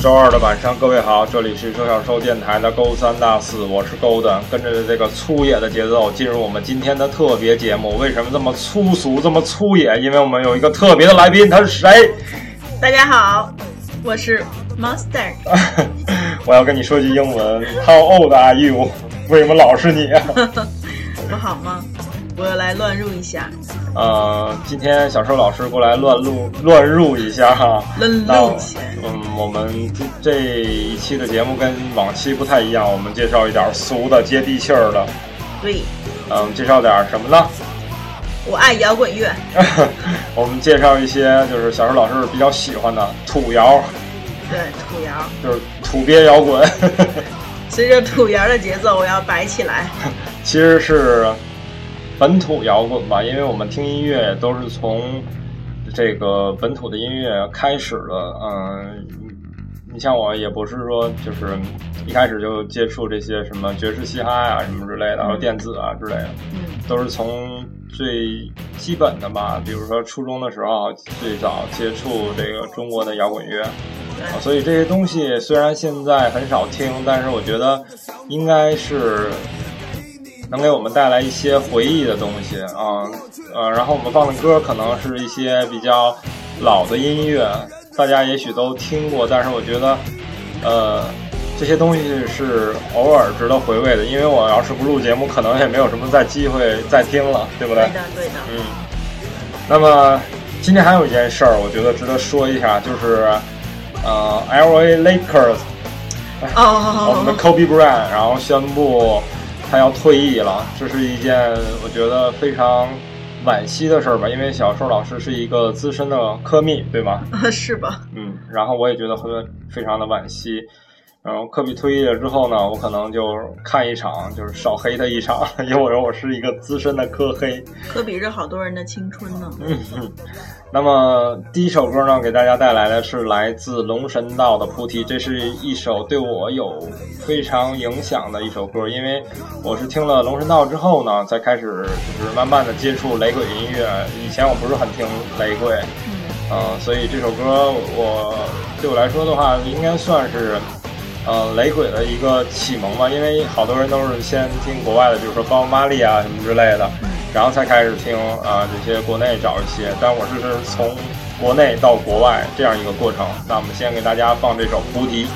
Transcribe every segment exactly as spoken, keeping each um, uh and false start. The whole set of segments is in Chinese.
周二的晚上，各位好，这里是说小兽电台的勾三大四，我是勾的，跟着这个粗野的节奏进入我们今天的特别节目。为什么这么粗俗，这么粗野？因为我们有一个特别的来宾，他是谁？ 大家好，我是 Monster。 我要跟你说句英文 ，How old are you？ 为什么老是你啊？ 不好吗？我要来乱入一下。 呃，今天小寿老师过来乱入乱入一下哈。 乱入一下。 嗯，我们这一期的节目跟往期不太一样，我们介绍一点俗的、接地气儿的。 对。 嗯，介绍点什么呢？ 我爱摇滚乐。 我们介绍一些就是小寿老师比较喜欢的土摇。 对，土摇。 就是土鳖摇滚。 随着土摇的节奏，我要摆起来。 其实是本土摇滚吧，因为我们听音乐都是从这个本土的音乐开始的。嗯，你像我也不是说就是一开始就接触这些什么爵士嘻哈啊什么之类的，还有电子啊之类的，嗯，都是从最基本的吧，比如说初中的时候最早接触这个中国的摇滚乐。啊，所以这些东西虽然现在很少听，但是我觉得应该是能给我们带来一些回忆的东西啊。呃，然后我们放的歌可能是一些比较老的音乐，大家也许都听过，但是我觉得呃这些东西是偶尔值得回味的，因为我要是不录节目，可能也没有什么再机会再听了，对不对？ 对的，对的。 嗯。那么今天还有一件事儿，我觉得值得说一下，就是呃 L A Lakers 哦， 我们的 Kobe Bryant 然后宣布他要退役了，这是一件我觉得非常惋惜的事儿吧，因为小寿老师是一个资深的科迷，对吗？ 是吧？ 嗯，然后我也觉得会非常的惋惜。然后科比退役了之后呢，我可能就看一场，就是少黑他一场，因为我我是一个资深的科黑。 科比是好多人的青春呢。 嗯嗯。那么第一首歌呢，给大家带来的是来自龙神道的菩提，这是一首对我有非常影响的一首歌，因为我是听了龙神道之后呢，才开始就是慢慢的接触雷鬼音乐，以前我不是很听雷鬼，嗯、呃，所以这首歌我对我来说的话，应该算是呃雷鬼的一个启蒙吧，因为好多人都是先听国外的，比如说包玛丽啊什么之类的。然后才开始听啊、呃、这些国内找一些，但我是从国内到国外这样一个过程。那我们先给大家放这首菩提。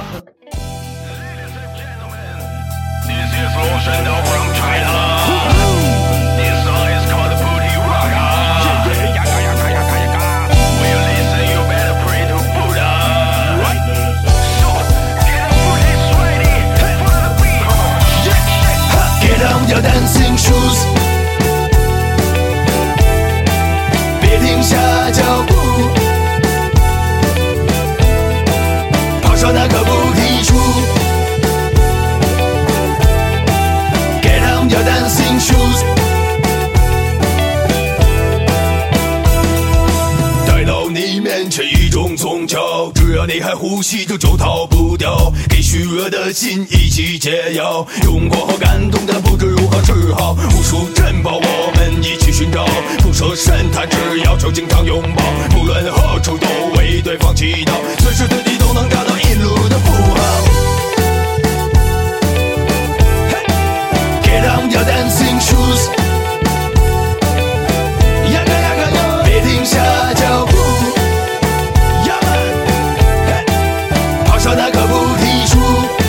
下脚步，抛上那个菩提树。Get on your dancing shoes， 带到你面前一种宗教，只要你还呼吸着就逃不掉，给虚弱的心一起解药，用过后感动的不知如何是好，无数珍宝我们一起寻找，不设神坛，只要求经常拥抱，不论何处都为对方祈祷，随时随地都能找到引路的符号。Get on your dancing shoes， 呀嘎呀嘎呀，别停下脚步，呀们，爬上那棵菩提树，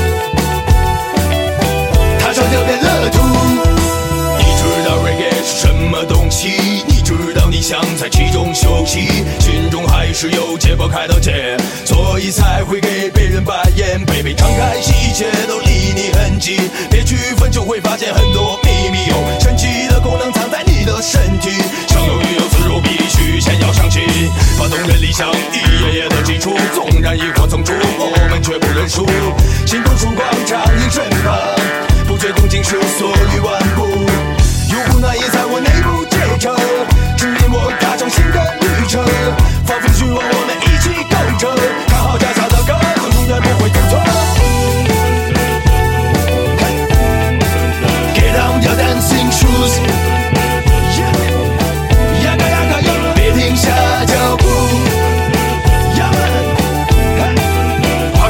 踏上这片乐土。你知道 reggae 是什么东西？你知道你想在其中休息，心中还是有结不开的结，所以才会给别人白眼。杯杯敞开，一切都离你很近，别区分就会发现很多秘密，有神奇的功能藏在你的身体。想有鱼有自如，必须先要相信，发动人理想一页页的基础，纵然疑惑层出，我们绝不认输。心中曙光长映身旁，不觉恭敬是所欲万步，有苦难也在我内部结成，指引我踏上新的旅程，仿佛希望我们一起跟着，看好脚下的歌，永远不会走错。Get on your dancing shoes， 呀嘎呀嘎呀，别停下脚步，呀们，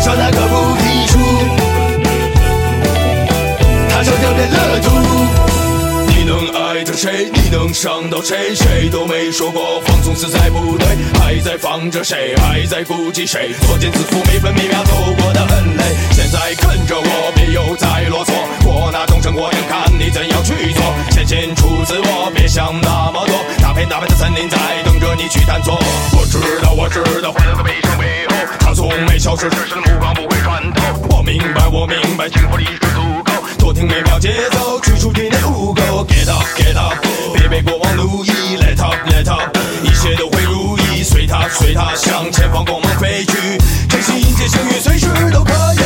伤到谁，谁都没说过放纵实在不对，还在放着谁，还在顾忌谁，作茧自缚，每分每秒走过得很累，现在跟着我，别又再啰嗦，过那种生活眼看你怎样去做，先清楚自我，别想那么多，大片大片的森林在等着你去探索。我知道我知道欢乐和悲伤背后，它从没消失，只是目光不会穿透。我明白我明白，幸福里是足够，多听每秒节奏，去除体内污垢。 Get up get up， 别被过往奴役。 Let up let up， 一切都会如意，随它随它向前方光芒飞去，珍惜迎接幸运，随时都可以。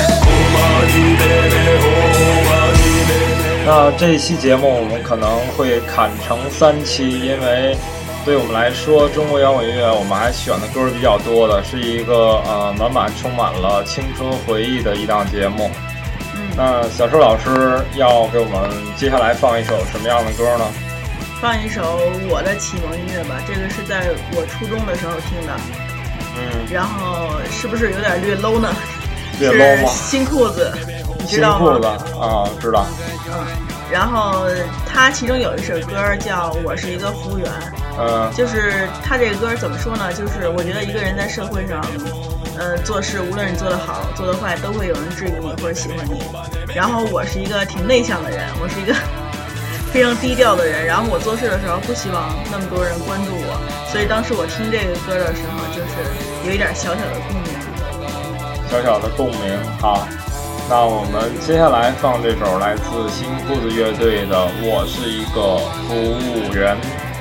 那这一期节目我们可能会砍成三期，因为对我们来说，中国摇滚乐我们还选的歌比较多的，是一个呃满满充满了青春回忆的一档节目。 嗯， 那小周老师要给我们接下来放一首什么样的歌呢？ 放一首我的启蒙音乐吧，这个是在我初中的时候听的。 嗯， 然后是不是有点略 low 呢？ 略 low 吗？ 新裤子，你知道吗？ 新裤子啊，知道。 嗯，然后他其中有一首歌叫《我是一个服务员》。 嗯， 就是他这个歌怎么说呢？就是我觉得一个人在社会上，呃，做事无论你做得好做得坏，都会有人质疑你或者喜欢你。然后我是一个挺内向的人，我是一个非常低调的人。然后我做事的时候不希望那么多人关注我，所以当时我听这个歌的时候，就是有一点小小的共鸣。 小小的共鸣，好。那我们接下来放这首来自新裤子乐队的《我是一个服务员》。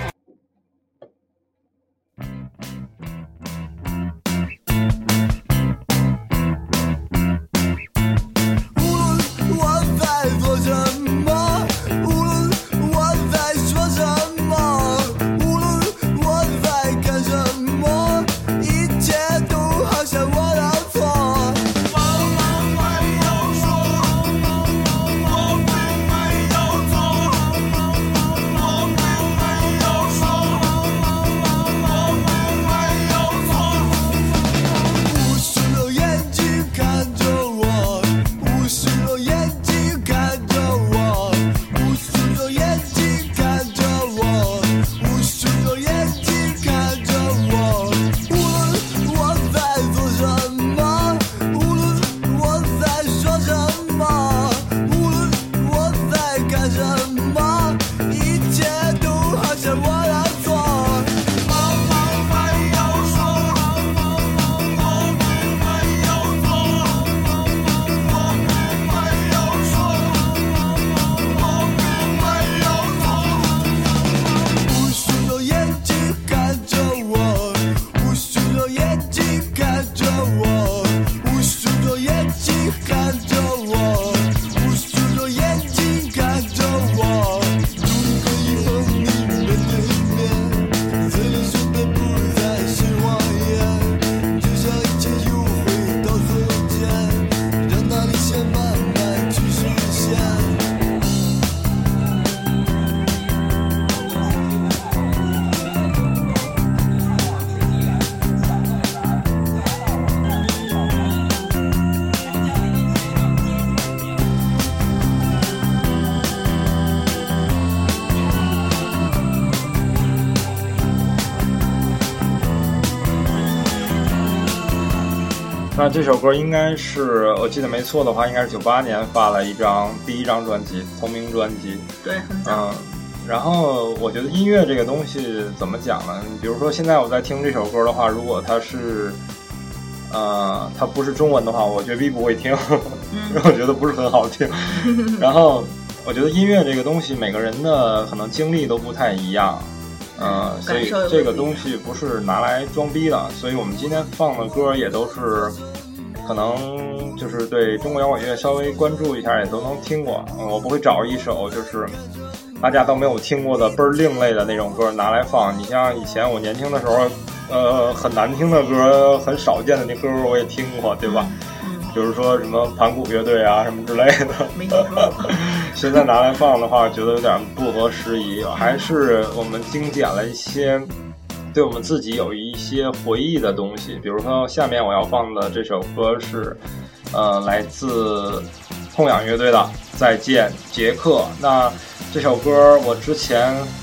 那这首歌应该是我记得没错的话，应该是九八年发了一张第一张专辑，同名专辑。 对，很早。 嗯，然后我觉得音乐这个东西怎么讲呢？比如说现在我在听这首歌的话，如果它是，呃，它不是中文的话，我绝逼不会听，因为我觉得不是很好听。然后我觉得音乐这个东西，每个人的可能经历都不太一样。嗯，所以这个东西不是拿来装逼的，所以我们今天放的歌也都是可能就是对中国摇滚乐稍微关注一下也都能听过。嗯，我不会找一首就是大家都没有听过的倍儿另类的那种歌拿来放。你像以前我年轻的时候，呃，很难听的歌，很少见的那歌我也听过，对吧？ 嗯， 比如说什么盘古乐队啊什么之类的。 没听说过。 现在拿来放的话，觉得有点不合时宜，还是我们精简了一些对我们自己有一些回忆的东西。比如说下面我要放的这首歌是呃来自痛仰乐队的《再见杰克》。那这首歌我之前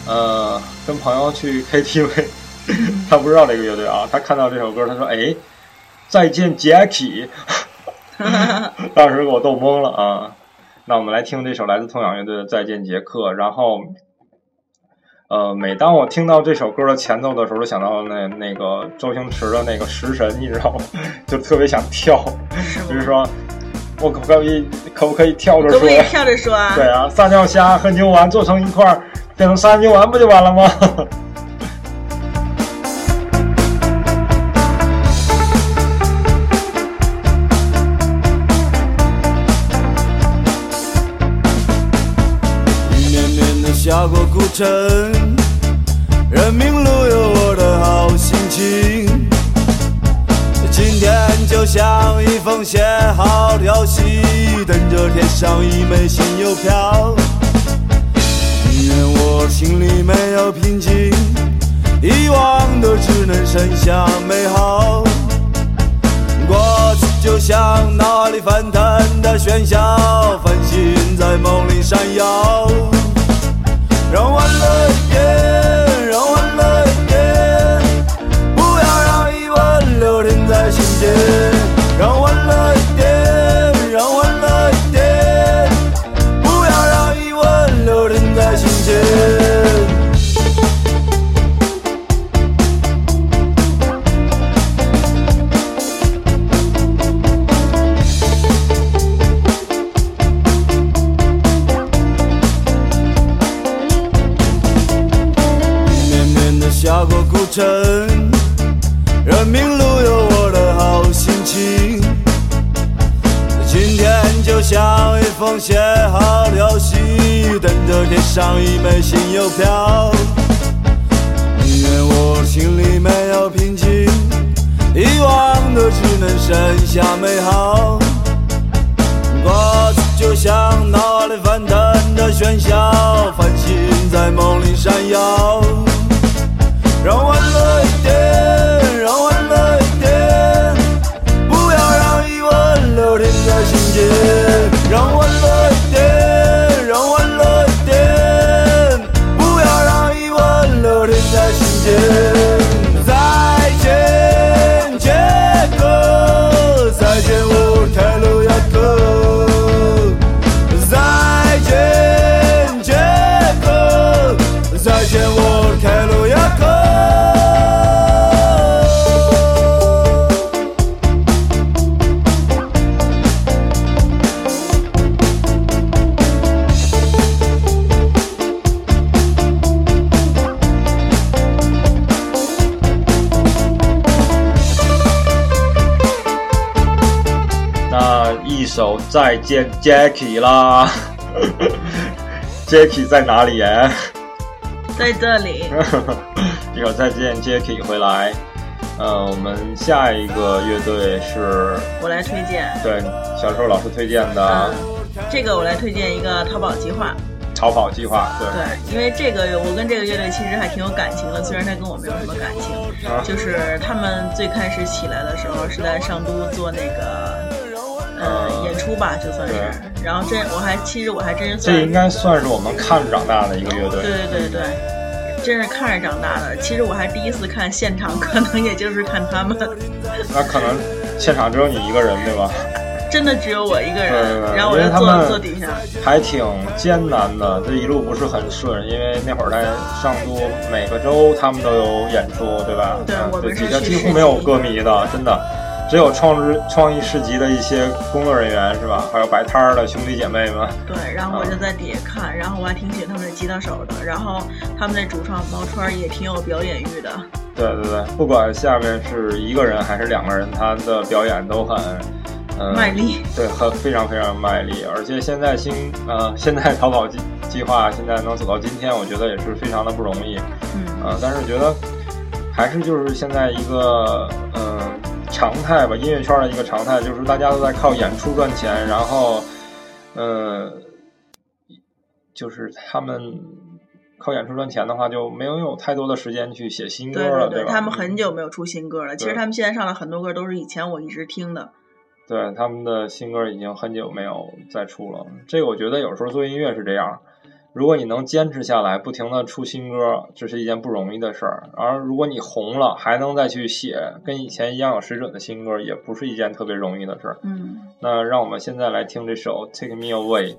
呃跟朋友去 K T V， 他不知道这个乐队啊，他看到这首歌，他说：“哎，再见 Jackie。”当时给我逗懵了啊。那我们来听这首来自痛仰乐队的《再见杰克》，然后。呃，每当我听到这首歌的前奏的时候，就想到那那个周星驰的那个食神，你知道吗？就特别想跳，比如说，我可不可以可不可以跳着说？ 可不可以跳着说啊？ 对啊，三角虾和牛丸做成一块，变成三牛丸不就完了吗？ 下过古城，人民路有我的好心情。今天就像一封写好的消息，等着贴上一枚新邮票。宁愿我心里没有平静，遗忘的只能剩下美好。过去就像脑海里翻腾的喧嚣，繁星在梦里闪耀。让欢乐一点，让欢乐一点，不要让疑问留停在心间。让欢乐一点，让欢乐一点，不要让疑问留停在心间。下过古城，人民路有我的好心情。今天就像一封写好的消息，等着贴上一枚新邮票。宁愿我心里没有平静，遗忘的只能剩下美好。过去就像脑海里翻腾的喧嚣，繁星在梦里闪耀。让欢乐一点，让欢乐一点，不要让疑问留停在心间。让欢乐一点，让欢乐一点，不要让疑问留停在心间。再见杰克，再见我泰鲁亚克。再见杰克，再见我泰鲁亚克。 一首再见 Jackie 啦Jackie 在哪里耶？ 在这里。 一首再见 Jackie 回来。呃，我们下一个乐队是我来推荐， 对，小寿老师推荐的、 嗯、这个我来推荐一个逃跑计划。 逃跑计划，对对，因为这个我跟这个乐队其实还挺有感情的，虽然他跟我没有什么感情、啊、就是他们最开始起来的时候是在上都做那个呃、嗯、演出吧，就算是，然后这我还其实我还真是算这应该算是我们看着长大的一个乐队， 对对对对，真是看着长大的。其实我还第一次看现场，可能也就是看他们。 那可能现场只有你一个人，对吧？ 真的只有我一个人， 对对对， 然后我就坐坐底下， 还挺艰难的，这一路不是很顺，因为那会儿在上都每个周他们都有演出，对吧？ 对， 嗯、 我们是底下几乎没有歌迷的，真的，只有创制创意市集的一些工作人员是吧？还有摆摊的兄弟姐妹们。 对，然后我就在底下看，嗯、然后我还挺喜欢他们的吉他手的，然后他们的主唱毛川也挺有表演欲的。 对对对，不管下面是一个人还是两个人，他的表演都很。嗯， 卖力， 对，很非常非常卖力，而且现在新呃，现在逃跑计计划现在能走到今天，我觉得也是非常的不容易， 嗯， 呃，但是觉得还是就是现在一个嗯、呃、常态吧，音乐圈的一个常态，就是大家都在靠演出赚钱，然后呃，就是他们靠演出赚钱的话，就没有有太多的时间去写新歌了， 对, 对, 对吧？ 他们很久没有出新歌了，其实他们现在上了很多歌都是以前我一直听的。 对，他们的新歌已经很久没有再出了，这个我觉得有时候做音乐是这样， 如果你能坚持下来，不停的出新歌，这是一件不容易的事儿。而如果你红了，还能再去写跟以前一样有水准的新歌，也不是一件特别容易的事儿。 嗯， 那让我们现在来听这首 Take Me Away。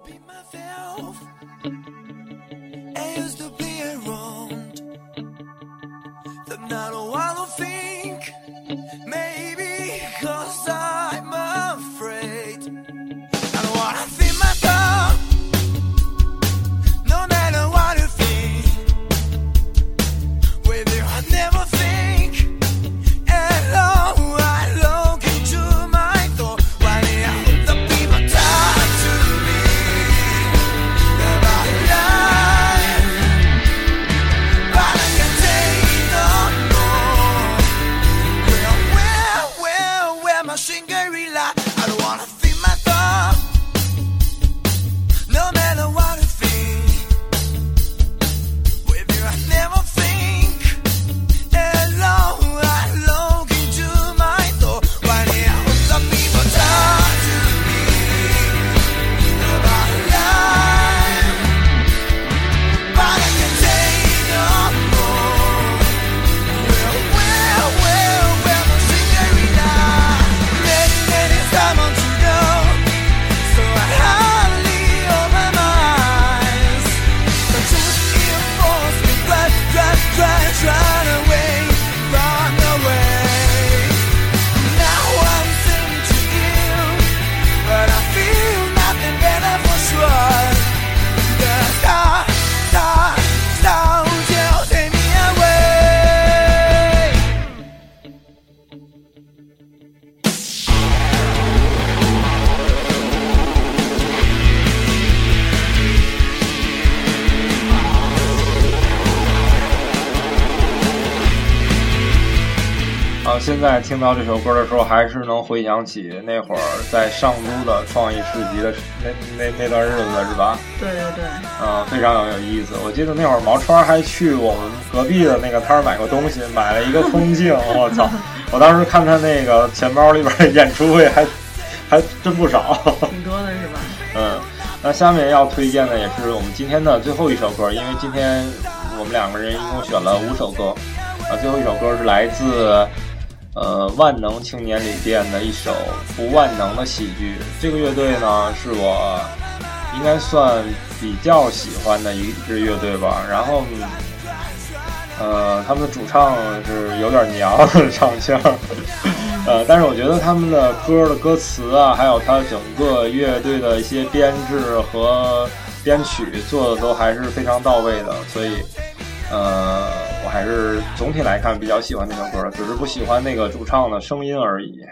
现在听到这首歌的时候，还是能回想起那会儿在上都的创意市集的那那那段日子，是吧？ 对对对， 嗯，非常有意思。我记得那会儿毛川还去我们隔壁的那个摊儿买过东西，买了一个风镜。我操！我当时看他那个钱包里边演出费还还真不少， 挺多的是吧？ 嗯，那下面要推荐的也是我们今天的最后一首歌，因为今天我们两个人一共选了五首歌，啊，最后一首歌是来自。呃，万能青年旅店的一首不万能的喜剧。这个乐队呢，是我应该算比较喜欢的一支乐队吧。然后，呃，他们的主唱是有点娘的唱腔，呃，但是我觉得他们的歌的歌词啊，还有他整个乐队的一些编制和编曲做的都还是非常到位的，所以。呃，我还是总体来看比较喜欢那首歌，只是不喜欢那个主唱的声音而已。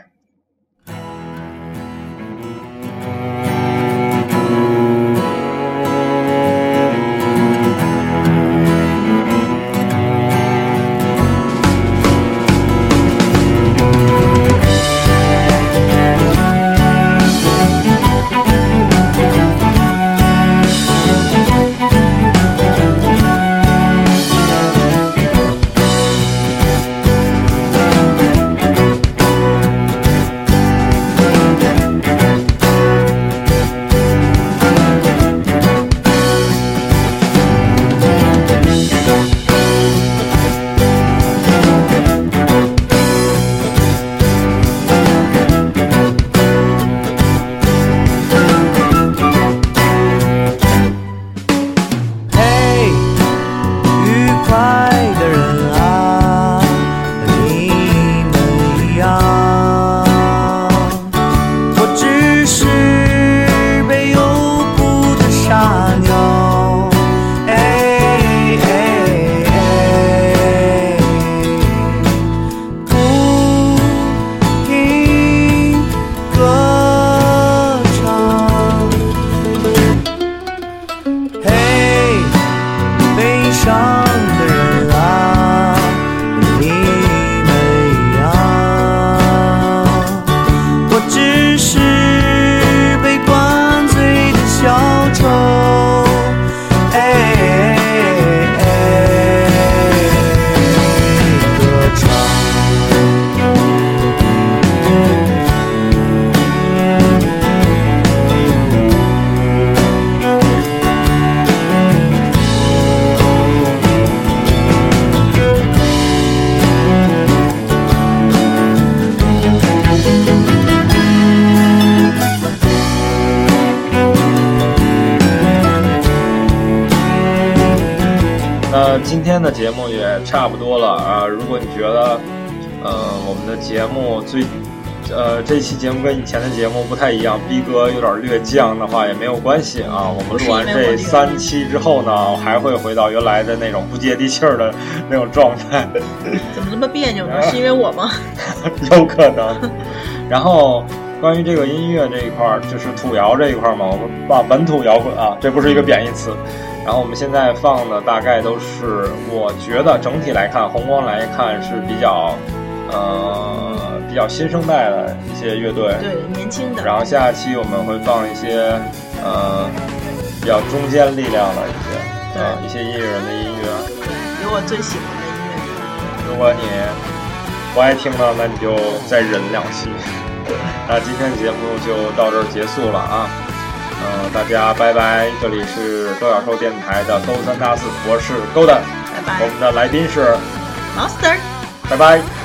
今天的节目也差不多了啊。如果你觉得，呃，我们的节目最，呃，这期节目跟以前的节目不太一样，逼格有点略降的话也没有关系啊。我们录完这三期之后呢，还会回到原来的那种不接地气儿的那种状态。 怎么这么别扭呢？是因为我吗？ 有可能。然后关于这个音乐这一块，就是土摇这一块嘛，我们把本土摇滚啊，这不是一个贬义词。然后我们现在放的大概都是，我觉得整体来看，宏观来看是比较，呃，比较新生代的一些乐队， 对，年轻的。 然后下期我们会放一些，呃，比较中坚力量的一些，啊、呃，一些音乐人的音乐。 对，有我最喜欢的音乐。 如果你不爱听呢，那你就再忍两期。那今天节目就到这儿结束了啊。嗯、呃，大家拜拜！这里是高小兽电台的勾三搭四，我是 Golden， 拜拜。 我们的来宾是 Monster， 拜拜。